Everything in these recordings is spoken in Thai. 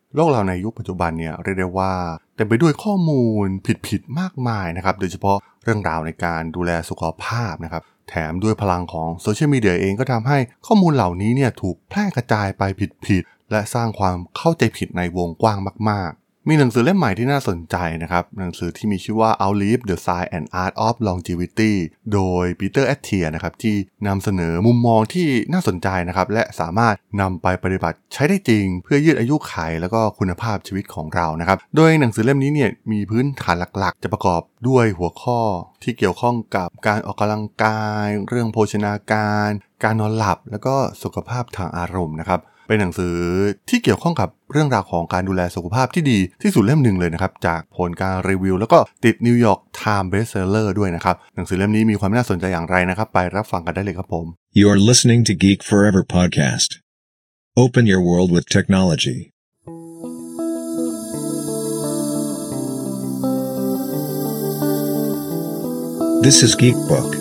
โลกเราในยุคปัจจุบันเนี่ยเรียกได้ว่าเต็มไปด้วยข้อมูลผิดๆมากมายนะครับโดยเฉพาะเรื่องราวในการดูแลสุขภาพนะครับแถมด้วยพลังของโซเชียลมีเดียเองก็ทำให้ข้อมูลเหล่านี้เนี่ยถูกแพร่กระจายไปผิดๆและสร้างความเข้าใจผิดในวงกว้างมากๆมีหนังสือเล่มใหม่ที่น่าสนใจนะครับหนังสือที่มีชื่อว่า Outlive the Science and Art of Longevity โดยปีเตอร์แอตเทียนะครับที่นำเสนอมุมมองที่น่าสนใจนะครับและสามารถนำไปปฏิบัติใช้ได้จริงเพื่อยืดอายุขัยแล้วก็คุณภาพชีวิตของเรานะครับโดยหนังสือเล่มนี้เนี่ยมีพื้นฐานหลักๆจะประกอบด้วยหัวข้อที่เกี่ยวข้องกับการออกกำลังกายเรื่องโภชนาการการนอนหลับแล้วก็สุขภาพทางอารมณ์นะครับเป็นหนังสือที่เกี่ยวข้องกับเรื่องราวของการดูแลสุขภาพที่ดีที่สุดเล่มหนึ่งเลยนะครับจากผลการรีวิวแล้วก็ติด New York Times Bestseller ด้วยนะครับหนังสือเล่มนี้มีความน่าสนใจอย่างไรนะครับไปรับฟังกันได้เลยครับผม You are listening to Geek Forever podcast. Open your world with technology. This is Geek Book.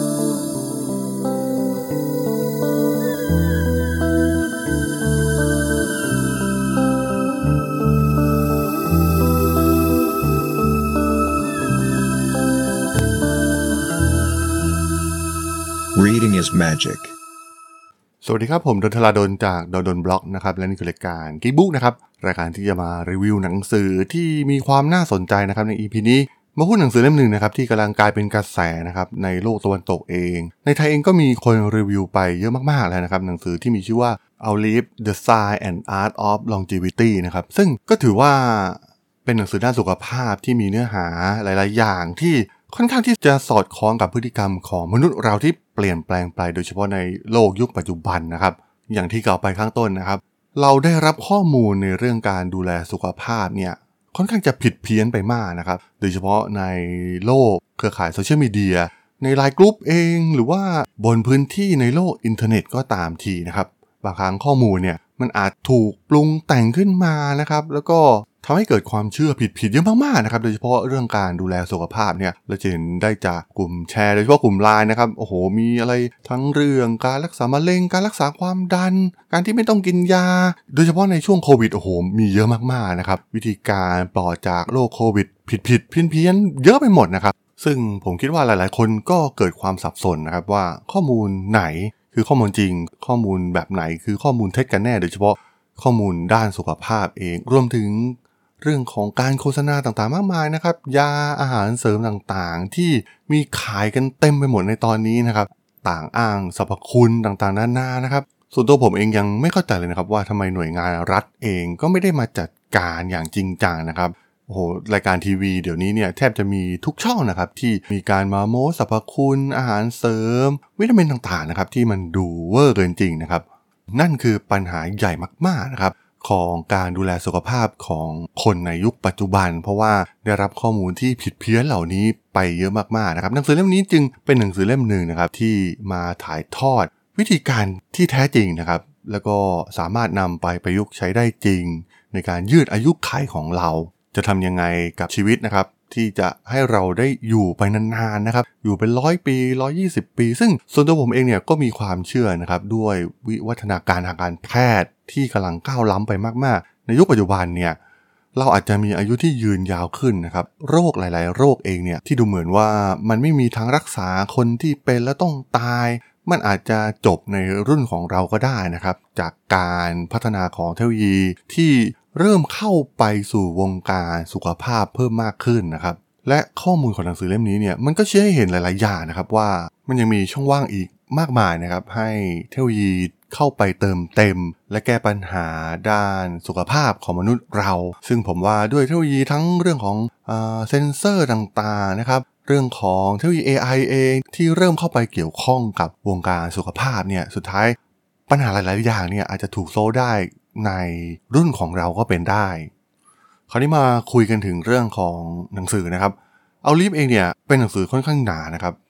Reading is magic. สวัสดีครับผมดนทราดลจากดนบล็อกนะครับและนี่คือรายการ Geek Book นะครับรายการที่จะมารีวิวหนังสือที่มีความน่าสนใจนะครับใน EP นี้มาพูดหนังสือเล่มหนึ่งนะครับที่กำลังกลายเป็นกระแสนะครับในโลกตะวันตกเองในไทยเองก็มีคนรีวิวไปเยอะมากๆแล้วนะครับหนังสือที่มีชื่อว่า Outlive the Science and Art of Longevity นะครับซึ่งก็ถือว่าเป็นหนังสือด้านสุขภาพที่มีเนื้อหาหลายๆอย่างที่ค่อนข้างที่จะสอดคล้องกับพฤติกรรมของมนุษย์เราที่เปลี่ยนแปลงไปโดยเฉพาะในโลกยุคปัจจุบันนะครับอย่างที่กล่าวไปข้างต้นนะครับเราได้รับข้อมูลในเรื่องการดูแลสุขภาพเนี่ยค่อนข้างจะผิดเพี้ยนไปมากนะครับโดยเฉพาะในโลกเครือข่ายโซเชียลมีเดียในไลน์กลุ่มเองหรือว่าบนพื้นที่ในโลกอินเทอร์เน็ตก็ตามทีนะครับบางครั้งข้อมูลเนี่ยมันอาจถูกปรุงแต่งขึ้นมานะครับแล้วก็ทำให้เกิดความเชื่อผิดๆเยอะมากๆนะครับโดยเฉพาะเรื่องการดูแลสุขภาพเนี่ยเราจะเห็นได้จากกลุ่มแชร์โดยเฉพาะกลุ่ม LINE นะครับโอ้โหมีอะไรทั้งเรื่องการรักษามะเร็งการรักษาความดันการที่ไม่ต้องกินยาโดยเฉพาะในช่วงโควิดโอ้โหมีเยอะมากๆนะครับวิธีการปลอดจากโรคโควิดผิดๆเพี้ยนๆเยอะไปหมดนะครับซึ่งผมคิดว่าหลายๆคนก็เกิดความสับสนนะครับว่าข้อมูลไหนคือข้อมูลจริงข้อมูลแบบไหนคือข้อมูลเท็จกันแน่โดยเฉพาะข้อมูลด้านสุขภาพเองรวมถึงเรื่องของการโฆษณาต่างๆมากมายนะครับยาอาหารเสริมต่างๆที่มีขายกันเต็มไปหมดในตอนนี้นะครับต่างอ้างสรรพคุณต่างๆนานานะครับส่วนตัวผมเองยังไม่เข้าใจเลยนะครับว่าทำไมหน่วยงานรัฐเองก็ไม่ได้มาจัดการอย่างจริงจังนะครับโอ้โหรายการทีวีเดี๋ยวนี้เนี่ยแทบจะมีทุกช่องนะครับที่มีการมาโม้สรรพคุณอาหารเสริมวิตามินต่างๆนะครับที่มันดูเวอร์เกินจริงนะครับนั่นคือปัญหาใหญ่มากๆนะครับของการดูแลสุขภาพของคนในยุคปัจจุบันเพราะว่าได้รับข้อมูลที่ผิดเพี้ยนเหล่านี้ไปเยอะมากๆนะครับหนังสือเล่มนี้จึงเป็นหนังสือเล่มหนึ่งนะครับที่มาถ่ายทอดวิธีการที่แท้จริงนะครับแล้วก็สามารถนำไปประยุกต์ใช้ได้จริงในการยืดอายุขัยของเราจะทำยังไงกับชีวิตนะครับที่จะให้เราได้อยู่ไปนานๆนะครับอยู่เป็น100 ปี120 ปีซึ่งส่วนตัวผมเองเนี่ยก็มีความเชื่อนะครับด้วยวิวัฒนาการทางการแพทย์ที่กำลังก้าวล้ำไปมากๆในยุคปัจจุบันเนี่ยเราอาจจะมีอายุที่ยืนยาวขึ้นนะครับโรคหลายๆโรคเองเนี่ยที่ดูเหมือนว่ามันไม่มีทางรักษาคนที่เป็นแล้วต้องตายมันอาจจะจบในรุ่นของเราก็ได้นะครับจากการพัฒนาของเทคโนโลยีที่เริ่มเข้าไปสู่วงการสุขภาพเพิ่มมากขึ้นนะครับและข้อมูลของหนังสือเล่มนี้เนี่ยมันก็ชี้ให้เห็นหลายๆอย่างนะครับว่ามันยังมีช่องว่างอีกมากมายนะครับให้เทคโนโลยีเข้าไปเติมเต็มและแก้ปัญหาด้านสุขภาพของมนุษย์เราซึ่งผมว่าด้วยเทคโนโลยีทั้งเรื่องของเซ็นเซอร์ต่างๆนะครับเรื่องของเทคโนโลยี AI เองที่เริ่มเข้าไปเกี่ยวข้องกับวงการสุขภาพเนี่ยสุดท้ายปัญหาหลายๆอย่างเนี่ยอาจจะถูกโซลได้ในรุ่นของเราก็เป็นได้คราวนี้มาคุยกันถึงเรื่องของหนังสือนะครับOutliveเองเนี่ยเป็นหนังสือค่อนข้างหนานะครับ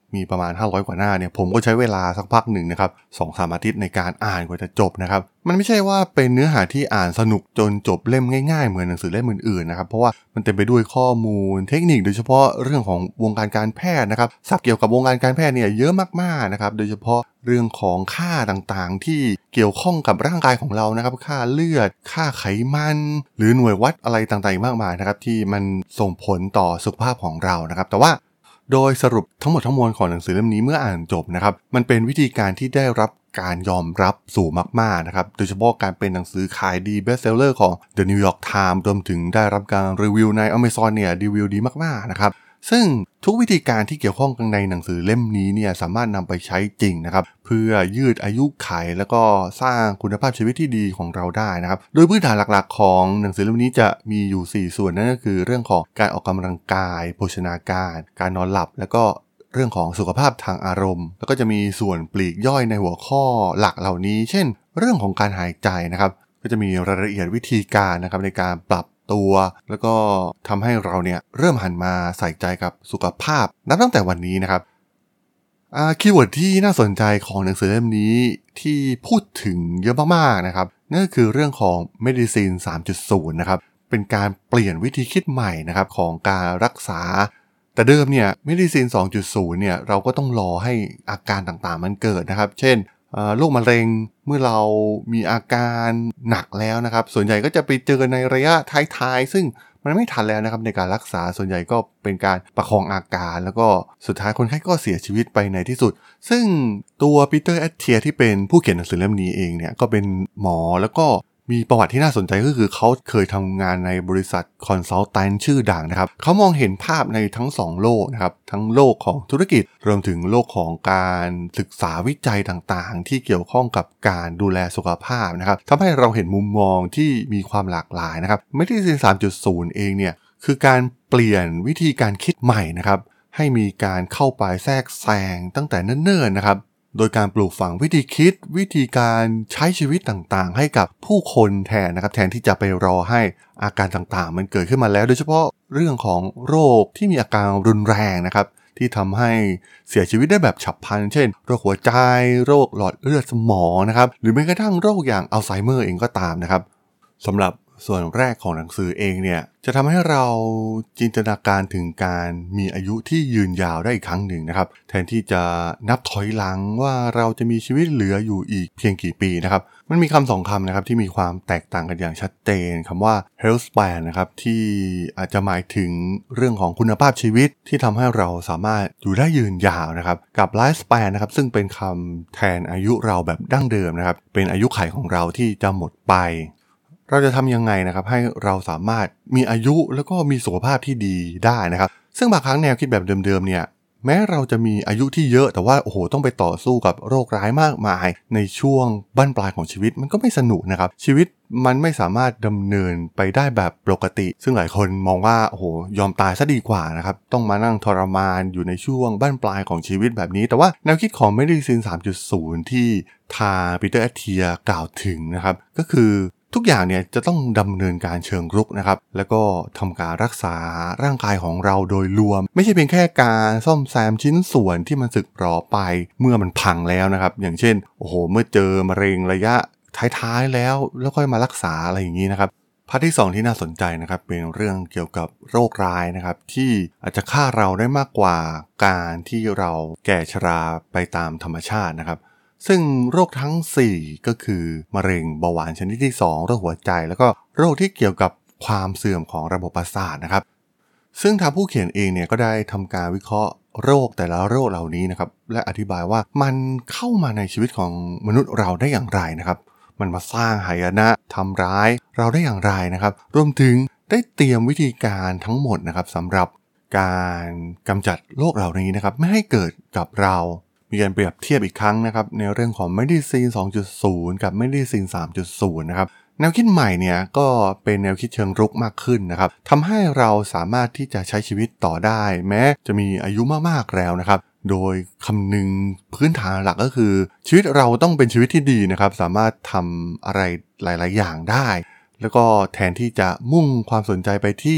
มีประมาณ500กว่าหน้าเนี่ยผมก็ใช้เวลาสักพักหนึ่งนะครับ 2-3 อาทิตย์ในการอ่านกว่าจะจบนะครับมันไม่ใช่ว่าเป็นเนื้อหาที่อ่านสนุกจนจบเล่มง่ายๆเหมือนหนังสือเล่มอื่นๆนะครับเพราะว่ามันเต็มไปด้วยข้อมูลเทคนิคโดยเฉพาะเรื่องของวงการการแพทย์นะครับศัพท์เกี่ยวกับวงการการแพทย์เนี่ยเยอะมากๆนะครับโดยเฉพาะเรื่องของค่าต่างๆที่เกี่ยวข้องกับร่างกายของเรานะครับค่าเลือดค่าไขมันหรือหน่วยวัดอะไรต่างๆมากมายนะครับที่มันส่งผลต่อสุขภาพของเรานะครับแต่ว่าโดยสรุปทั้งหมดทั้งมวลของหนังสือเล่มนี้เมื่ออ่านจบนะครับมันเป็นวิธีการที่ได้รับการยอมรับสูงมากๆนะครับโดยเฉพาะการเป็นหนังสือขายดีเบสเซลเลอร์ของ The New York Times รวมถึงได้รับการรีวิวใน Amazon เนี่ยรีวิวดีมากๆนะครับซึ่งทุกวิธีการที่เกี่ยวข้องกันในหนังสือเล่มนี้เนี่ยสามารถนำไปใช้จริงนะครับเพื่อยืดอายุขัยแล้วก็สร้างคุณภาพชีวิตที่ดีของเราได้นะครับโดยพื้นฐานหลักๆของหนังสือเล่มนี้จะมีอยู่4ส่วนนั่นก็คือเรื่องของการออกกำลังกายโภชนาการการนอนหลับแล้วก็เรื่องของสุขภาพทางอารมณ์แล้วก็จะมีส่วนปลีกย่อยในหัวข้อหลักเหล่านี้เช่นเรื่องของการหายใจนะครับก็จะมีรายละเอียดวิธีการนะครับในการปรับตัวแล้วก็ทำให้เราเนี่ยเริ่มหันมาใส่ใจกับสุขภาพนับตั้งแต่วันนี้นะครับคีย์เวิร์ดที่น่าสนใจของหนังสือเล่มนี้ที่พูดถึงเยอะมากๆนะครับนั่นก็คือเรื่องของ Medicine 3.0 นะครับเป็นการเปลี่ยนวิธีคิดใหม่นะครับของการรักษาแต่เดิมเนี่ย Medicine 2.0 เนี่ยเราก็ต้องรอให้อาการต่างๆมันเกิดนะครับเช่นโรคมะเร็งเมื่อเรามีอาการหนักแล้วนะครับส่วนใหญ่ก็จะไปเจอในระยะท้ายๆซึ่งมันไม่ทันแล้วนะครับในการรักษาส่วนใหญ่ก็เป็นการประคองอาการแล้วก็สุดท้ายคนไข้ก็เสียชีวิตไปในที่สุดซึ่งตัวปีเตอร์แอตเทียที่เป็นผู้เขียนหนังสือเล่มนี้เองเนี่ยก็เป็นหมอแล้วก็มีประวัติที่น่าสนใจก็คือเขาเคยทำงานในบริษัทคอนซัลแทนท์ชื่อดังนะครับเขามองเห็นภาพในทั้ง2โลกนะครับทั้งโลกของธุรกิจรวมถึงโลกของการศึกษาวิจัยต่างๆที่เกี่ยวข้องกับการดูแลสุขภาพนะครับทำให้เราเห็นมุมมองที่มีความหลากหลายนะครับMedicine 3.0 เองเนี่ยคือการเปลี่ยนวิธีการคิดใหม่นะครับให้มีการเข้าไปแทรกแซงตั้งแต่เนิ่นๆนะครับโดยการปลูกฝังวิธีคิดวิธีการใช้ชีวิตต่างๆให้กับผู้คนแทนนะครับแทนที่จะไปรอให้อาการต่างๆมันเกิดขึ้นมาแล้วโดยเฉพาะเรื่องของโรคที่มีอาการรุนแรงนะครับที่ทำให้เสียชีวิตได้แบบฉับพลันเช่นโรคหัวใจโรคหลอดเลือดสมองนะครับหรือแม้กระทั่งโรคอย่างอัลไซเมอร์เองก็ตามนะครับสำหรับส่วนแรกของหนังสือเองเนี่ยจะทำให้เราจินตนาการถึงการมีอายุที่ยืนยาวได้อีกครั้งหนึ่งนะครับแทนที่จะนับถอยหลังว่าเราจะมีชีวิตเหลืออยู่อีกเพียงกี่ปีนะครับมันมีคำ2คำนะครับที่มีความแตกต่างกันอย่างชัดเจนคำว่า health span นะครับที่อาจจะหมายถึงเรื่องของคุณภาพชีวิตที่ทำให้เราสามารถอยู่ได้ยืนยาวนะครับกับ life span นะครับซึ่งเป็นคำแทนอายุเราแบบดั้งเดิมนะครับเป็นอายุขัยของเราที่จะหมดไปเราจะทำยังไงนะครับให้เราสามารถมีอายุแล้วก็มีสุขภาพที่ดีได้นะครับซึ่งบางครั้งแนวคิดแบบเดิมๆเนี่ยแม้เราจะมีอายุที่เยอะแต่ว่าโอ้โหต้องไปต่อสู้กับโรคร้ายมากมายในช่วงบั้นปลายของชีวิตมันก็ไม่สนุกนะครับชีวิตมันไม่สามารถดำเนินไปได้แบบปกติซึ่งหลายคนมองว่าโอ้โหยอมตายซะดีกว่านะครับต้องมานั่งทรมานอยู่ในช่วงบั้นปลายของชีวิตแบบนี้แต่ว่าแนวคิดของ Medicine 3.0 ที่ทางปีเตอร์แอตเทียกล่าวถึงนะครับก็คือทุกอย่างเนี่ยจะต้องดำเนินการเชิงรุกนะครับแล้วก็ทำการรักษาร่างกายของเราโดยรวมไม่ใช่เพียงแค่การซ่อมแซมชิ้นส่วนที่มันสึกหรอไปเมื่อมันพังแล้วนะครับอย่างเช่นโอ้โหเมื่อเจอมะเร็งระยะท้ายๆแล้วค่อยมารักษาอะไรอย่างนี้นะครับพาร์ทที่2ที่น่าสนใจนะครับเป็นเรื่องเกี่ยวกับโรคร้ายนะครับที่อาจจะฆ่าเราได้มากกว่าการที่เราแก่ชราไปตามธรรมชาตินะครับซึ่งโรคทั้ง4ก็คือมะเร็งเบาหวานชนิดที่2โรคหัวใจแล้วก็โรคที่เกี่ยวกับความเสื่อมของระบบประสาทนะครับซึ่งทางผู้เขียนเองเนี่ยก็ได้ทำการวิเคราะห์โรคแต่ละโรคเหล่านี้นะครับและอธิบายว่ามันเข้ามาในชีวิตของมนุษย์เราได้อย่างไรนะครับมันมาสร้างหายนะทำร้ายเราได้อย่างไรนะครับรวมถึงได้เตรียมวิธีการทั้งหมดนะครับสำหรับการกำจัดโรคเหล่านี้นะครับไม่ให้เกิดกับเรามีการเปรียบเทียบอีกครั้งนะครับในเรื่องของ Medicine 2.0 กับ Medicine 3.0 นะครับแนวคิดใหม่เนี่ยก็เป็นแนวคิดเชิงรุกมากขึ้นนะครับทำให้เราสามารถที่จะใช้ชีวิตต่อได้แม้จะมีอายุมากๆแล้วนะครับโดยคำนึงพื้นฐานหลักก็คือชีวิตเราต้องเป็นชีวิตที่ดีนะครับสามารถทำอะไรหลายๆอย่างได้แล้วก็แทนที่จะมุ่งความสนใจไปที่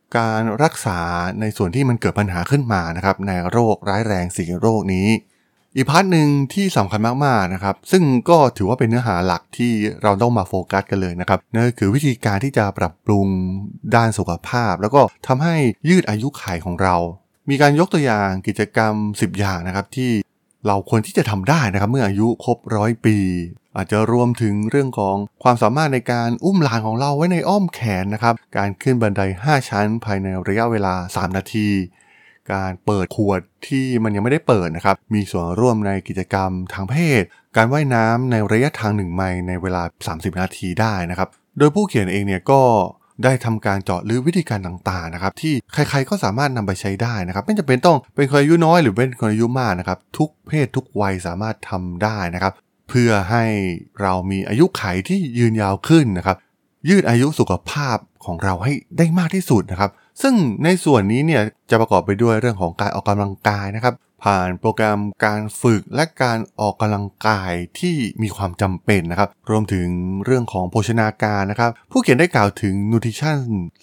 การรักษาในส่วนที่มันเกิดปัญหาขึ้นมานะครับในโรคร้ายแรง4โรคนี้อีกพาร์ทหนึ่งที่สำคัญมากๆนะครับซึ่งก็ถือว่าเป็นเนื้อหาหลักที่เราต้องมาโฟกัสกันเลยนะครับนั่นก็คือวิธีการที่จะปรับปรุงด้านสุขภาพแล้วก็ทำให้ยืดอายุขัยของเรามีการยกตัวอย่างกิจกรรม10อย่างนะครับที่เราควรที่จะทำได้นะครับเมื่ออายุครบ100 ปีอาจจะรวมถึงเรื่องของความสามารถในการอุ้มหลานของเราไว้ในอ้อมแขนนะครับการขึ้นบันได5ชั้นภายในระยะเวลา3นาทีการเปิดขวดที่มันยังไม่ได้เปิดนะครับมีส่วนร่วมในกิจกรรมทางเพศการว่ายน้ำในระยะทาง1 ไมล์ในเวลา30นาทีได้นะครับโดยผู้เขียนเองเนี่ยก็ได้ทำการเจาะลึกวิธีการต่างๆนะครับที่ใครๆก็สามารถนำไปใช้ได้นะครับไม่จำเป็นต้องเป็นคนอายุน้อยหรือเป็นคนอายุมากนะครับทุกเพศทุกวัยสามารถทำได้นะครับเพื่อให้เรามีอายุขัยที่ยืนยาวขึ้นนะครับยืดอายุสุขภาพของเราให้ได้มากที่สุดนะครับซึ่งในส่วนนี้เนี่ยจะประกอบไปด้วยเรื่องของการออกกำลังกายนะครับผ่านโปรแกรมการฝึกและการออกกำลังกายที่มีความจำเป็นนะครับรวมถึงเรื่องของโภชนาการนะครับผู้เขียนได้กล่าวถึง Nutrition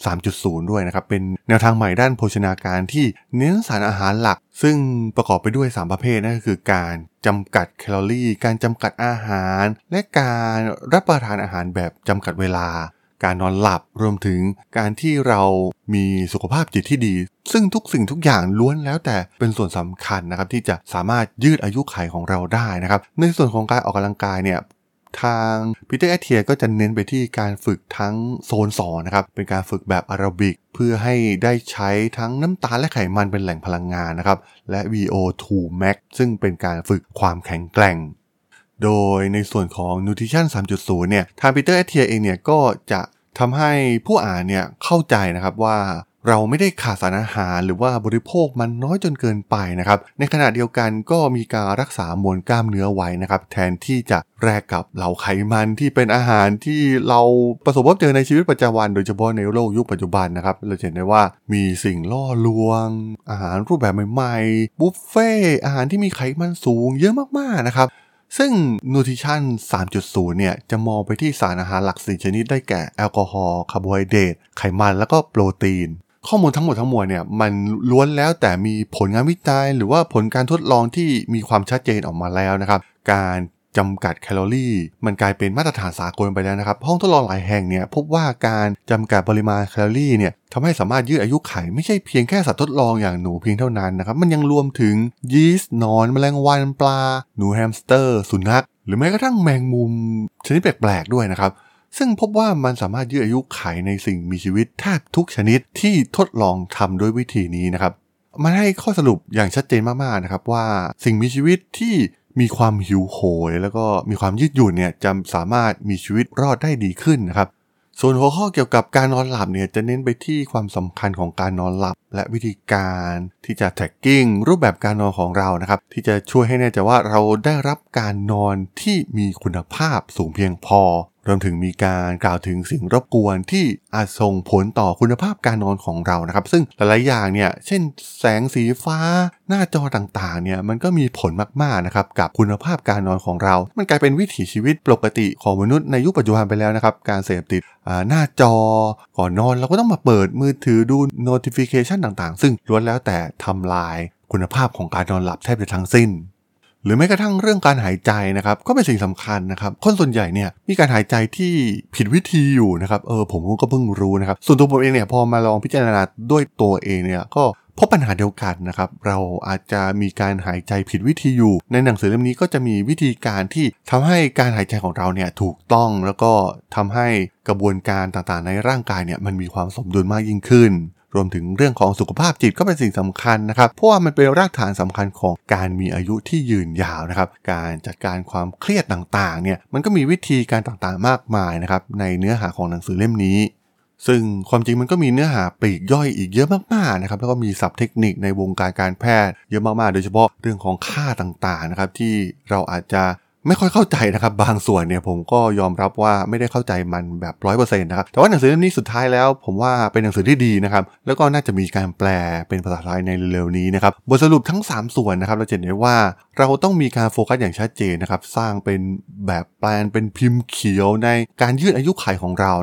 3.0 ด้วยนะครับเป็นแนวทางใหม่ด้านโภชนาการที่เน้นสารอาหารหลักซึ่งประกอบไปด้วย3ประเภทนั่นก็คือการจำกัดแคลอรี่การจำกัดอาหารและการรับประทานอาหารแบบจำกัดเวลาการนอนหลับรวมถึงการที่เรามีสุขภาพจิตที่ดีซึ่งทุกสิ่งทุกอย่างล้วนแล้วแต่เป็นส่วนสำคัญนะครับที่จะสามารถยืดอายุขัยของเราได้นะครับในส่วนของการออกกำลังกายเนี่ยทางปีเตอร์แอตเทียก็จะเน้นไปที่การฝึกทั้งโซน2นะครับเป็นการฝึกแบบแอโรบิกเพื่อให้ได้ใช้ทั้งน้ำตาลและไขมันเป็นแหล่งพลังงานนะครับและ VO2 max ซึ่งเป็นการฝึกความแข็งแกร่งโดยในส่วนของ Nutrition 3.0 เนี่ยทางปีเตอร์แอตเทียเองเนี่ยก็จะทำให้ผู้อ่านเนี่ยเข้าใจนะครับว่าเราไม่ได้ขาดสารอาหารหรือว่าบริโภคมันน้อยจนเกินไปนะครับในขณะเดียวกันก็มีการรักษามวลกล้ามเนื้อไว้นะครับแทนที่จะแลกกับเหล่าไขมันที่เป็นอาหารที่เราประสบพบเจอในชีวิตประจำวันโดยเฉพาะในโลกยุคปัจจุบันนะครับเราเห็นได้ว่ามีสิ่งล่อลวงอาหารรูปแบบใหม่ๆบุฟเฟ่อาหารที่มีไขมันสูงเยอะมากๆนะครับซึ่ง Nutrition 3.0 เนี่ยจะมองไปที่สารอาหารหลัก4ชนิดได้แก่แอลกอฮอล์คาร์โบไฮเดรตไขมันแล้วก็โปรตีนข้อมูลทั้งหมดทั้งมวลเนี่ยมันล้วนแล้วแต่มีผลงานวิจัยหรือว่าผลการทดลองที่มีความชัดเจนออกมาแล้วนะครับการจำกัดแคลอรี่มันกลายเป็นมาตรฐานสากลไปแล้วนะครับห้องทดลองหลายแห่งเนี่ยพบว่าการจำกัดปริมาณแคลอรี่เนี่ยทำให้สามารถยืดอายุขัยไม่ใช่เพียงแค่สัตว์ทดลองอย่างหนูเพียงเท่านั้นนะครับมันยังรวมถึงยีสต์หนอนแมลงวันปลาหนูแฮมสเตอร์สุนัขหรือแม้กระทั่งแมงมุมชนิดแปลกๆด้วยนะครับซึ่งพบว่ามันสามารถยืดอายุขัยในสิ่งมีชีวิตแทบทุกชนิดที่ทดลองทำด้วยวิธีนี้นะครับมันให้ข้อสรุปอย่างชัดเจนมากๆนะครับว่าสิ่งมีชีวิตที่มีความหิวโหยแล้วก็มีความยืดหยุ่นเนี่ยจะสามารถมีชีวิตรอดได้ดีขึ้นนะครับส่วนหัวข้อเกี่ยวกับการนอนหลับเนี่ยจะเน้นไปที่ความสำคัญของการนอนหลับและวิธีการที่จะแท็กกิ้งรูปแบบการนอนของเรานะครับที่จะช่วยให้แน่ใจว่าเราได้รับการนอนที่มีคุณภาพสูงเพียงพอรวมถึงมีการกล่าวถึงสิ่งรบกวนที่อาจส่งผลต่อคุณภาพการนอนของเรานะครับซึ่งหลายๆอย่างเนี่ยเช่นแสงสีฟ้าหน้าจอต่างๆเนี่ยมันก็มีผลมากๆนะครับกับคุณภาพการนอนของเรามันกลายเป็นวิถีชีวิตปกติของมนุษย์ในยุคปัจจุบันไปแล้วนะครับการเสพติดหน้าจอก่อนนอนเราก็ต้องมาเปิดมือถือดู notification ต่างๆซึ่งล้วนแล้วแต่ทำลายคุณภาพของการนอนหลับแทบจะทั้งสิ้นหรือแม้กระทั่งเรื่องการหายใจนะครับก็เป็นสิ่งสำคัญนะครับคนส่วนใหญ่เนี่ยมีการหายใจที่ผิดวิธีอยู่นะครับผมก็เพิ่งรู้นะครับส่วนตัวผมเองเนี่ยพอมาลองพิจารณาด้วยตัวเองเนี่ยก็พบปัญหาเดียวกันนะครับเราอาจจะมีการหายใจผิดวิธีอยู่ในหนังสือเล่มนี้ก็จะมีวิธีการที่ทำให้การหายใจของเราเนี่ยถูกต้องแล้วก็ทำให้กระบวนการต่างๆในร่างกายเนี่ยมันมีความสมดุลมากยิ่งขึ้นรวมถึงเรื่องของสุขภาพจิตก็เป็นสิ่งสำคัญนะครับเพราะว่ามันเป็นรากฐานสำคัญของการมีอายุที่ยืนยาวนะครับการจัดการความเครียดต่างๆเนี่ยมันก็มีวิธีการต่างๆมากมายนะครับในเนื้อหาของหนังสือเล่มนี้ซึ่งความจริงมันก็มีเนื้อหาปลีกย่อยอีกเยอะมากๆนะครับแล้วก็มีศัพท์เทคนิคในวงการการแพทย์เยอะมากๆโดยเฉพาะเรื่องของค่าต่างๆนะครับที่เราอาจจะไม่ค่อยเข้าใจนะครับบางส่วนเนี่ยผมก็ยอมรับว่าไม่ได้เข้าใจมันแบบ 100% นะครับแต่ว่าหนังสือเล่มนี้สุดท้ายแล้วผมว่าเป็นหนังสือที่ดีนะครับแล้วก็น่าจะมีการแปลเป็นภาษาไทยในเร็วๆนี้นะครับบทสรุปทั้ง3ส่วนนะครับเราจะเห็นได้ว่าเราต้องมีการโฟกัสอย่างชัดเจนนะครับสร้างเป็นแบบแปลนเป็นพิมพ์เขียวในการยืดอายุขัยของเรานะครับ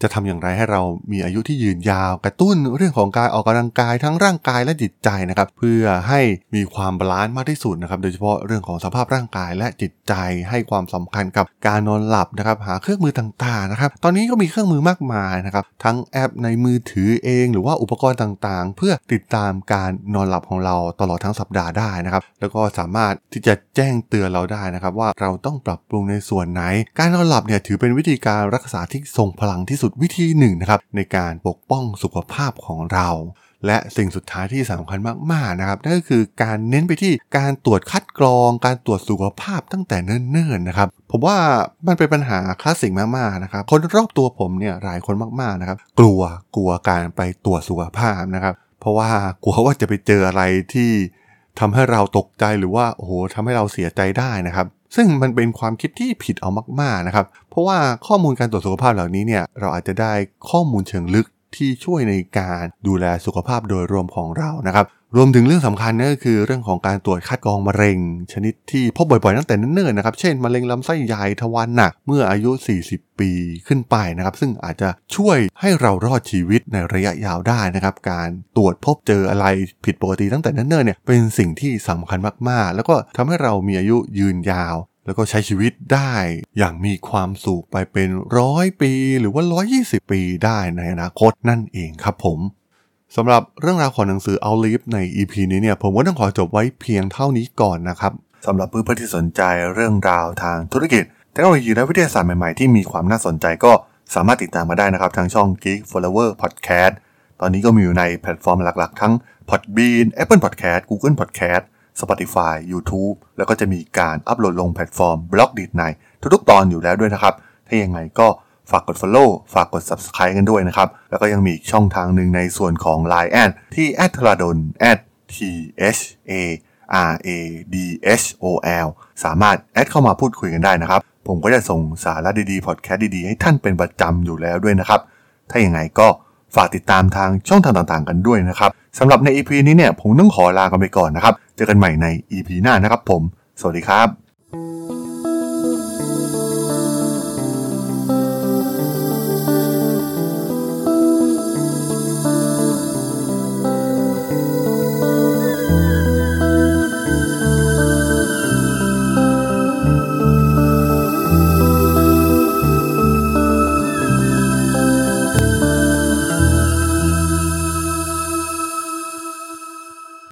จะทำอย่างไรให้เรามีอายุที่ยืนยาวกระตุ้นเรื่องของการออกกำลังกายทั้งร่างกายและจิตใจนะครับเพื่อให้มีความบาลานซ์มากที่สุดนะครับโดยเฉพาะเรื่องของสภาพร่างกายและจิตใจให้ความสำคัญกับการนอนหลับนะครับหาเครื่องมือต่างๆนะครับตอนนี้ก็มีเครื่องมือมากมายนะครับทั้งแอปในมือถือเองหรือว่าอุปกรณ์ต่างๆเพื่อติดตามการนอนหลับของเราตลอดทั้งสัปดาห์ได้นะครับแล้วก็สามารถที่จะแจ้งเตือนเราได้นะครับว่าเราต้องปรับปรุงในส่วนไหนการนอนหลับเนี่ยถือเป็นวิธีการรักษาที่ทรงพลังที่สุดวิธีหนึ่งนะครับในการปกป้องสุขภาพของเราและสิ่งสุดท้ายที่สำคัญมากๆนะครับนั่นก็คือการเน้นไปที่การตรวจคัดกรองการตรวจสุขภาพตั้งแต่เนิ่นๆนะครับผมว่ามันเป็นปัญหาคลาสสิกมากๆนะครับคนรอบตัวผมเนี่ยหลายคนมากๆนะครับกลัวการไปตรวจสุขภาพนะครับเพราะว่ากลัวว่าจะไปเจออะไรที่ทำให้เราตกใจหรือว่าโอ้โหทำให้เราเสียใจได้นะครับซึ่งมันเป็นความคิดที่ผิดเอามากๆนะครับเพราะว่าข้อมูลการตรวจสุขภาพเหล่านี้เนี่ยเราอาจจะได้ข้อมูลเชิงลึกที่ช่วยในการดูแลสุขภาพโดยรวมของเรานะครับรวมถึงเรื่องสำคัญนั่นก็คือเรื่องของการตรวจคัดกรองมะเร็งชนิดที่พบบ่อยๆตั้งแต่เนิ่นๆนะครับเช่นมะเร็งลำไส้ใหญ่ทวารหนักเมื่ออายุ40ปีขึ้นไปนะครับซึ่งอาจจะช่วยให้เรารอดชีวิตในระยะยาวได้นะครับการตรวจพบเจออะไรผิดปกติตั้งแต่เนิ่นๆเนี่ยเป็นสิ่งที่สำคัญมากๆแล้วก็ทำให้เรามีอายุยืนยาวแล้วก็ใช้ชีวิตได้อย่างมีความสุขไปเป็น100ปีหรือว่า120ปีได้ในอนาคตนั่นเองครับผมสำหรับเรื่องราวของหนังสือ Outlive ใน EP นี้เนี่ยผมก็ต้องขอจบไว้เพียงเท่านี้ก่อนนะครับสำหรับเพื่อนๆที่สนใจเรื่องราวทางธุรกิจเทคโนโลยีและวิทยาศาสตร์ใหม่ๆที่มีความน่าสนใจก็สามารถติดตามมาได้นะครับทางช่อง Geek Flower Podcast ตอนนี้ก็มีอยู่ในแพลตฟอร์มหลักๆทั้ง Podbean Apple Podcast Google Podcast Spotify YouTube แล้วก็จะมีการอัปโหลดลงแพลตฟอร์ม Blogdit ในทุกๆตอนอยู่แล้วด้วยนะครับถ้ายังไงก็ฝากกด follow ฝากกด subscribe กันด้วยนะครับแล้วก็ยังมีช่องทางหนึ่งในส่วนของ Line แอดที่ @thradol @thradol สามารถแอดเข้ามาพูดคุยกันได้นะครับผมก็จะส่งสาระดีๆพอดแคสต์ดีๆให้ท่านเป็นประจำอยู่แล้วด้วยนะครับถ้าอย่างไงก็ฝากติดตามทางช่องทางต่างๆกันด้วยนะครับสำหรับใน EP นี้เนี่ยผมต้องขอลากันไปก่อนนะครับเจอกันใหม่ใน EP หน้านะครับผมสวัสดีครับ